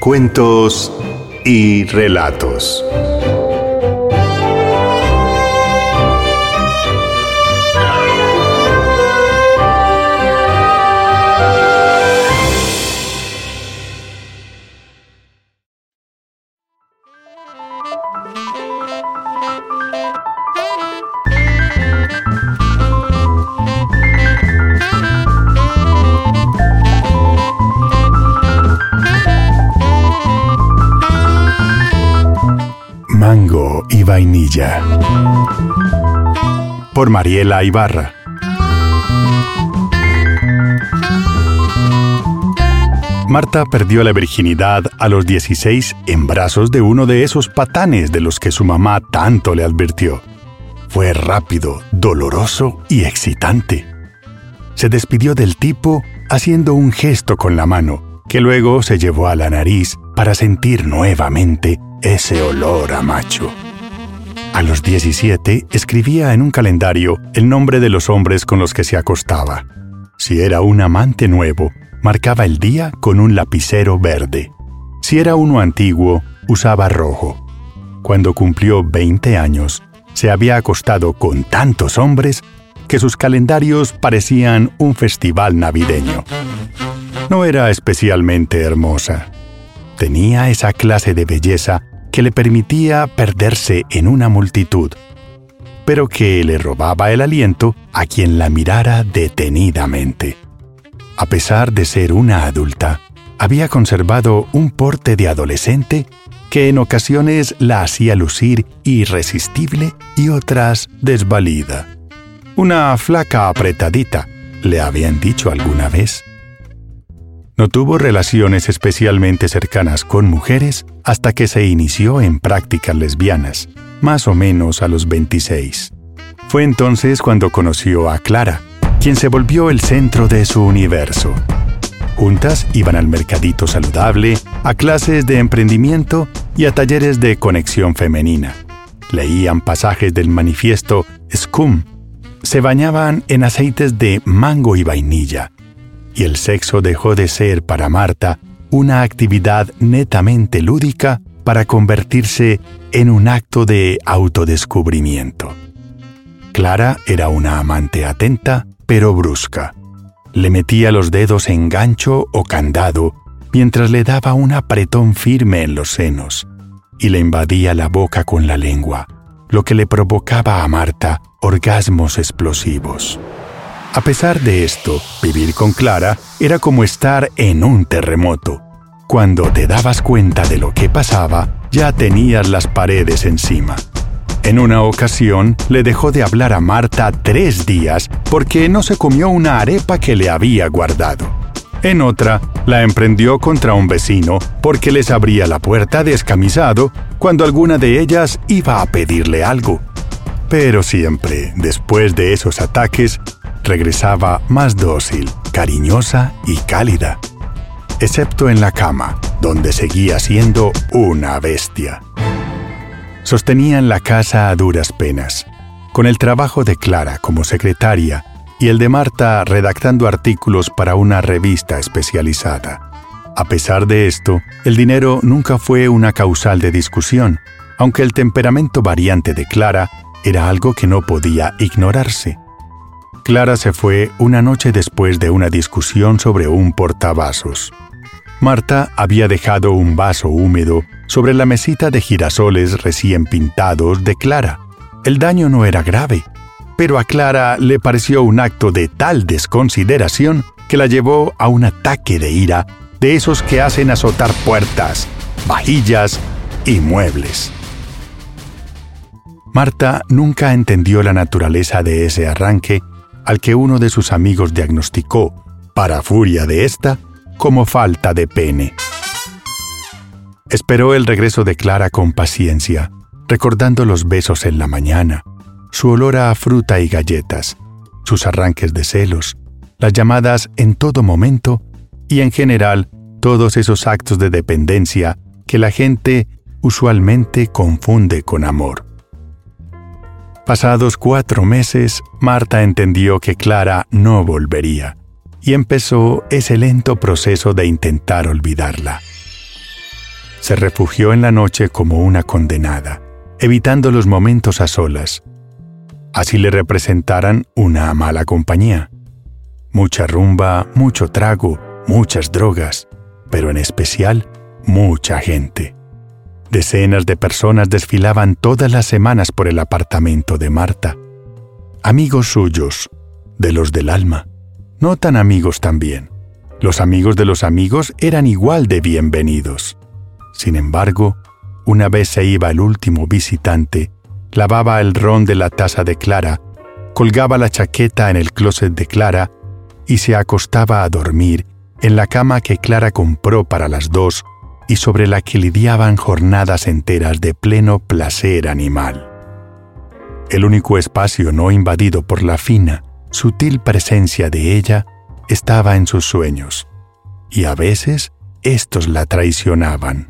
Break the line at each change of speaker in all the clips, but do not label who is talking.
Cuentos y relatos. Mango y vainilla, por Mariela Ibarra. Marta perdió la virginidad a los 16 en brazos de uno de esos patanes de los que su mamá tanto le advirtió. Fue rápido, doloroso y excitante. Se despidió del tipo haciendo un gesto con la mano, que luego se llevó a la nariz para sentir nuevamente ese olor a macho. A los 17 escribía en un calendario el nombre de los hombres con los que se acostaba. Si era un amante nuevo, marcaba el día con un lapicero verde. Si era uno antiguo, usaba rojo. Cuando cumplió 20 años, se había acostado con tantos hombres que sus calendarios parecían un festival navideño. No era especialmente hermosa. Tenía esa clase de belleza que le permitía perderse en una multitud, pero que le robaba el aliento a quien la mirara detenidamente. A pesar de ser una adulta, había conservado un porte de adolescente que en ocasiones la hacía lucir irresistible y otras desvalida. Una flaca apretadita, le habían dicho alguna vez. No tuvo relaciones especialmente cercanas con mujeres hasta que se inició en prácticas lesbianas, más o menos a los 26. Fue entonces cuando conoció a Clara, quien se volvió el centro de su universo. Juntas iban al mercadito saludable, a clases de emprendimiento y a talleres de conexión femenina. Leían pasajes del manifiesto Scum, se bañaban en aceites de mango y vainilla, y el sexo dejó de ser para Marta una actividad netamente lúdica para convertirse en un acto de autodescubrimiento. Clara era una amante atenta, pero brusca. Le metía los dedos en gancho o candado mientras le daba un apretón firme en los senos y le invadía la boca con la lengua, lo que le provocaba a Marta orgasmos explosivos. A pesar de esto, vivir con Clara era como estar en un terremoto. Cuando te dabas cuenta de lo que pasaba, ya tenías las paredes encima. En una ocasión, le dejó de hablar a Marta 3 días porque no se comió una arepa que le había guardado. En otra, la emprendió contra un vecino porque les abría la puerta descamisado cuando alguna de ellas iba a pedirle algo. Pero siempre, después de esos ataques, regresaba más dócil, cariñosa y cálida, excepto en la cama, donde seguía siendo una bestia. Sostenían la casa a duras penas, con el trabajo de Clara como secretaria y el de Marta redactando artículos para una revista especializada. A pesar de esto, el dinero nunca fue una causal de discusión, aunque el temperamento variante de Clara era algo que no podía ignorarse. Clara se fue una noche después de una discusión sobre un portavasos. Marta había dejado un vaso húmedo sobre la mesita de girasoles recién pintados de Clara. El daño no era grave, pero a Clara le pareció un acto de tal desconsideración que la llevó a un ataque de ira de esos que hacen azotar puertas, vajillas y muebles. Marta nunca entendió la naturaleza de ese arranque, al que uno de sus amigos diagnosticó, para furia de esta, como falta de pene. Esperó el regreso de Clara con paciencia, recordando los besos en la mañana, su olor a fruta y galletas, sus arranques de celos, las llamadas en todo momento y en general todos esos actos de dependencia que la gente usualmente confunde con amor. Pasados 4 meses, Marta entendió que Clara no volvería y empezó ese lento proceso de intentar olvidarla. Se refugió en la noche como una condenada, evitando los momentos a solas. Así le representaran una mala compañía. Mucha rumba, mucho trago, muchas drogas, pero en especial, mucha gente. Decenas de personas desfilaban todas las semanas por el apartamento de Marta. Amigos suyos, de los del alma, no tan amigos también. Los amigos de los amigos eran igual de bienvenidos. Sin embargo, una vez se iba el último visitante, lavaba el ron de la taza de Clara, colgaba la chaqueta en el closet de Clara y se acostaba a dormir en la cama que Clara compró para las dos y sobre la que lidiaban jornadas enteras de pleno placer animal. El único espacio no invadido por la fina, sutil presencia de ella estaba en sus sueños, y a veces estos la traicionaban.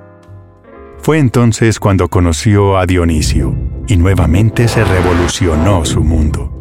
Fue entonces cuando conoció a Dionisio, y nuevamente se revolucionó su mundo.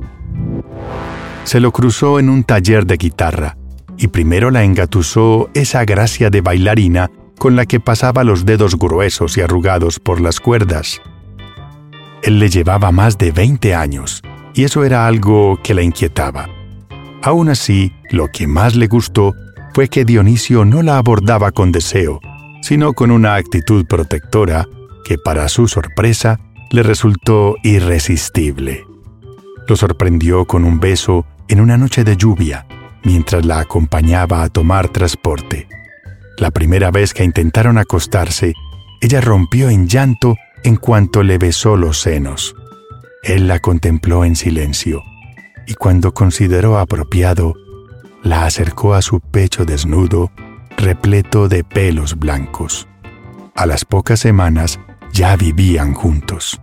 Se lo cruzó en un taller de guitarra, y primero la engatusó esa gracia de bailarina con la que pasaba los dedos gruesos y arrugados por las cuerdas. Él le llevaba más de 20 años, y eso era algo que la inquietaba. Aún así, lo que más le gustó fue que Dionisio no la abordaba con deseo, sino con una actitud protectora que, para su sorpresa, le resultó irresistible. Lo sorprendió con un beso en una noche de lluvia, mientras la acompañaba a tomar transporte. La primera vez que intentaron acostarse, ella rompió en llanto en cuanto le besó los senos. Él la contempló en silencio, y cuando consideró apropiado, la acercó a su pecho desnudo, repleto de pelos blancos. A las pocas semanas ya vivían juntos.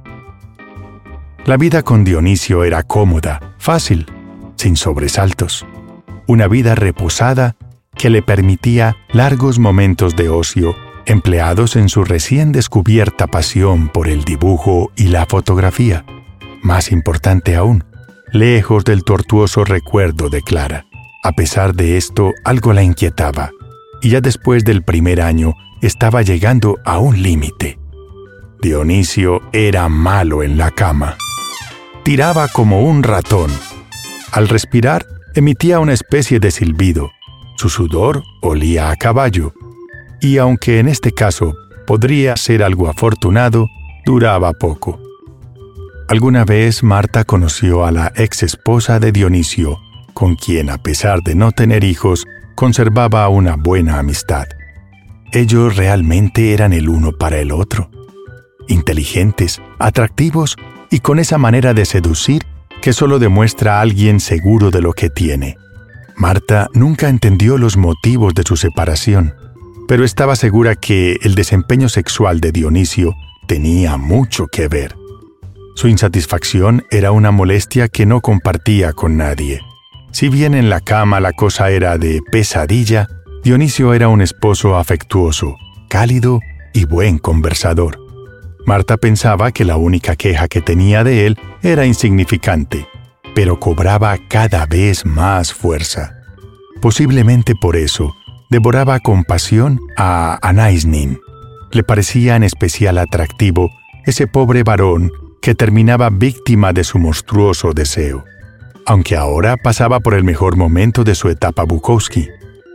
La vida con Dionisio era cómoda, fácil, sin sobresaltos. Una vida reposada que le permitía largos momentos de ocio empleados en su recién descubierta pasión por el dibujo y la fotografía. Más importante aún, lejos del tortuoso recuerdo de Clara. A pesar de esto, algo la inquietaba, y ya después del primer año estaba llegando a un límite. Dionisio era malo en la cama. Tiraba como un ratón. Al respirar, emitía una especie de silbido. Su sudor olía a caballo, y aunque en este caso podría ser algo afortunado, duraba poco. Alguna vez Marta conoció a la ex esposa de Dionisio, con quien, a pesar de no tener hijos, conservaba una buena amistad. Ellos realmente eran el uno para el otro. Inteligentes, atractivos y con esa manera de seducir que solo demuestra a alguien seguro de lo que tiene. Marta nunca entendió los motivos de su separación, pero estaba segura que el desempeño sexual de Dionisio tenía mucho que ver. Su insatisfacción era una molestia que no compartía con nadie. Si bien en la cama la cosa era de pesadilla, Dionisio era un esposo afectuoso, cálido y buen conversador. Marta pensaba que la única queja que tenía de él era insignificante, pero cobraba cada vez más fuerza. Posiblemente por eso, devoraba con pasión a Anaïsnin. Le parecía en especial atractivo ese pobre varón que terminaba víctima de su monstruoso deseo, aunque ahora pasaba por el mejor momento de su etapa Bukowski.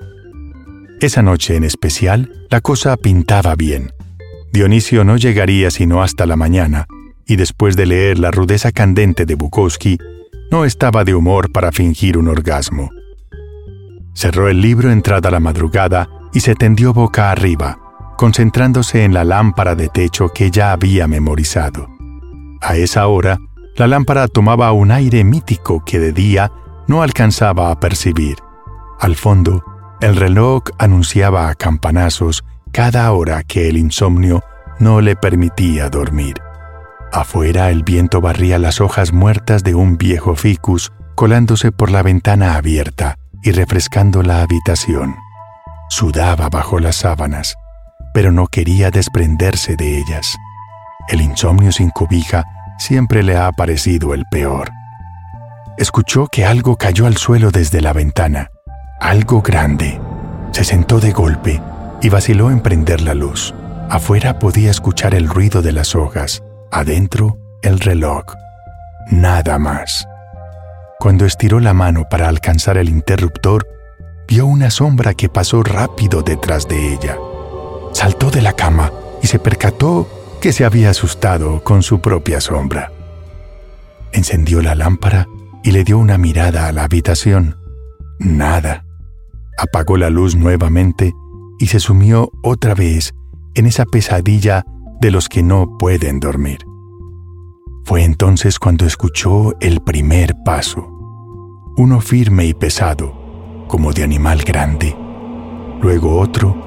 Esa noche en especial, la cosa pintaba bien. Dionisio no llegaría sino hasta la mañana, y después de leer La rudeza candente de Bukowski, no estaba de humor para fingir un orgasmo. Cerró el libro entrada la madrugada y se tendió boca arriba, concentrándose en la lámpara de techo que ya había memorizado. A esa hora, la lámpara tomaba un aire mítico que de día no alcanzaba a percibir. Al fondo, el reloj anunciaba a campanazos cada hora que el insomnio no le permitía dormir. Afuera el viento barría las hojas muertas de un viejo ficus colándose por la ventana abierta y refrescando la habitación. Sudaba bajo las sábanas, pero no quería desprenderse de ellas. El insomnio sin cobija siempre le ha parecido el peor. Escuchó que algo cayó al suelo desde la ventana, algo grande. Se sentó de golpe y vaciló en prender la luz. Afuera podía escuchar el ruido de las hojas, adentro el reloj. Nada más. Cuando estiró la mano para alcanzar el interruptor, vio una sombra que pasó rápido detrás de ella. Saltó de la cama y se percató que se había asustado con su propia sombra. Encendió la lámpara y le dio una mirada a la habitación. Nada. Apagó la luz nuevamente y se sumió otra vez en esa pesadilla de los que no pueden dormir. Fue entonces cuando escuchó el primer paso, uno firme y pesado, como de animal grande. Luego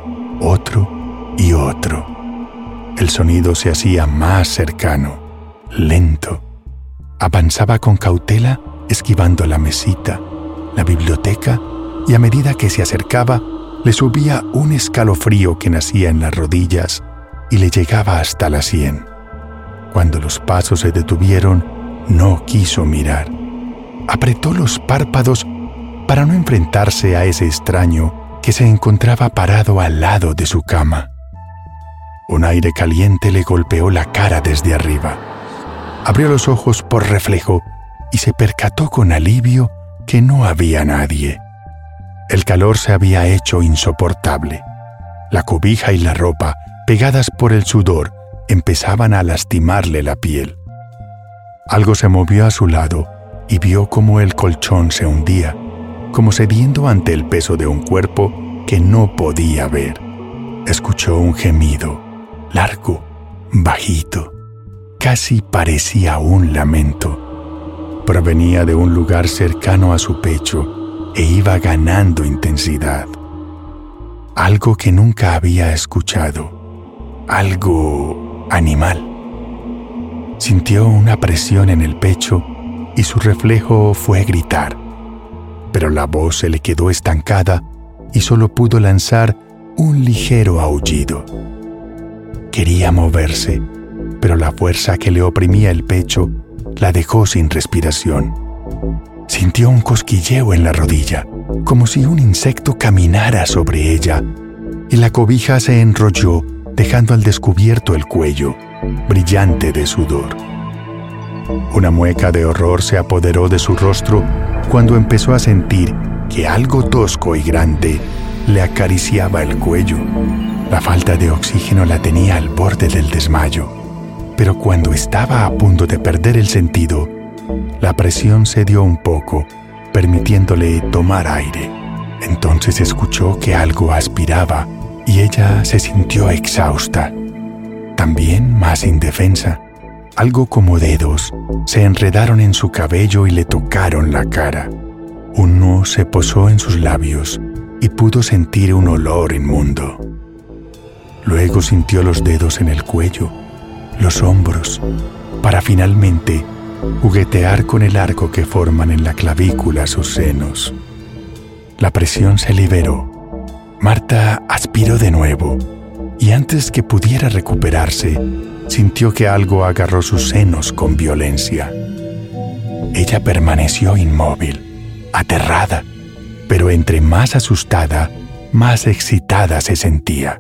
otro y otro. El sonido se hacía más cercano, lento. Avanzaba con cautela, esquivando la mesita, la biblioteca, y a medida que se acercaba, le subía un escalofrío que nacía en las rodillas y le llegaba hasta la sien. Cuando los pasos se detuvieron, no quiso mirar. Apretó los párpados para no enfrentarse a ese extraño que se encontraba parado al lado de su cama. Un aire caliente le golpeó la cara desde arriba. Abrió los ojos por reflejo y se percató con alivio que no había nadie. El calor se había hecho insoportable. La cobija y la ropa, pegadas por el sudor, empezaban a lastimarle la piel. Algo se movió a su lado y vio cómo el colchón se hundía, como cediendo ante el peso de un cuerpo que no podía ver. Escuchó un gemido, largo, bajito, casi parecía un lamento. Provenía de un lugar cercano a su pecho e iba ganando intensidad. Algo que nunca había escuchado, algo animal. Sintió una presión en el pecho y su reflejo fue gritar, pero la voz se le quedó estancada y solo pudo lanzar un ligero aullido. Quería moverse, pero la fuerza que le oprimía el pecho la dejó sin respiración. Sintió un cosquilleo en la rodilla, como si un insecto caminara sobre ella, y la cobija se enrolló, dejando al descubierto el cuello, brillante de sudor. Una mueca de horror se apoderó de su rostro cuando empezó a sentir que algo tosco y grande le acariciaba el cuello. La falta de oxígeno la tenía al borde del desmayo, pero cuando estaba a punto de perder el sentido, la presión cedió un poco, permitiéndole tomar aire. Entonces escuchó que algo aspiraba y ella se sintió exhausta, también más indefensa. Algo como dedos se enredaron en su cabello y le tocaron la cara. Uno se posó en sus labios y pudo sentir un olor inmundo. Luego sintió los dedos en el cuello, los hombros, para finalmente juguetear con el arco que forman en la clavícula sus senos. La presión se liberó. Marta aspiró de nuevo y antes que pudiera recuperarse, sintió que algo agarró sus senos con violencia. Ella permaneció inmóvil, aterrada, pero entre más asustada, más excitada se sentía.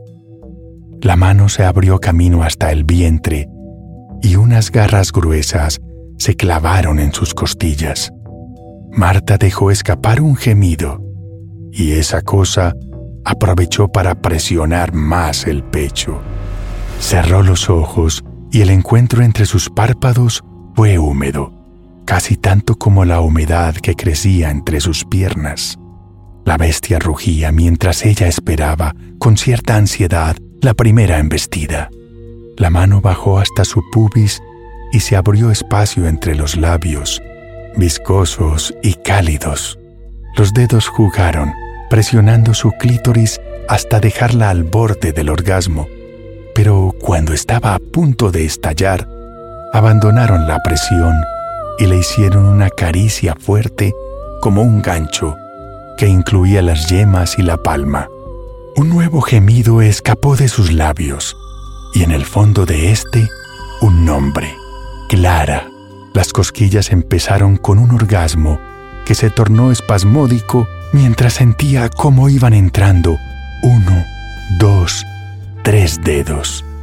La mano se abrió camino hasta el vientre y unas garras gruesas se clavaron en sus costillas. Marta dejó escapar un gemido y esa cosa aprovechó para presionar más el pecho. Cerró los ojos y el encuentro entre sus párpados fue húmedo, casi tanto como la humedad que crecía entre sus piernas. La bestia rugía mientras ella esperaba, con cierta ansiedad, la primera embestida. La mano bajó hasta su pubis y se abrió espacio entre los labios, viscosos y cálidos. Los dedos jugaron, presionando su clítoris hasta dejarla al borde del orgasmo. Pero cuando estaba a punto de estallar, abandonaron la presión y le hicieron una caricia fuerte como un gancho que incluía las yemas y la palma. Un nuevo gemido escapó de sus labios y en el fondo de este, un nombre, Clara. Las cosquillas empezaron con un orgasmo que se tornó espasmódico mientras sentía cómo iban entrando 1, 2, 3 dedos.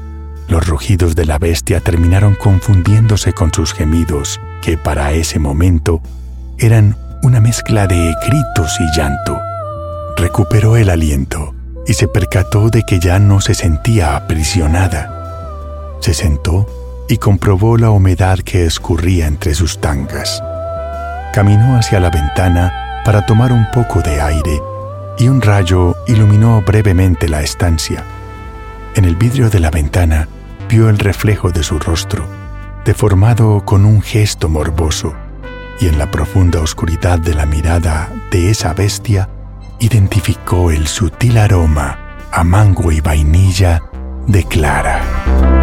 Los rugidos de la bestia terminaron confundiéndose con sus gemidos, que para ese momento eran una mezcla de gritos y llanto. Recuperó el aliento y se percató de que ya no se sentía aprisionada. Se sentó y comprobó la humedad que escurría entre sus tangas. Caminó hacia la ventana para tomar un poco de aire y un rayo iluminó brevemente la estancia. En el vidrio de la ventana vio el reflejo de su rostro, deformado con un gesto morboso, y en la profunda oscuridad de la mirada de esa bestia identificó el sutil aroma a mango y vainilla de Clara.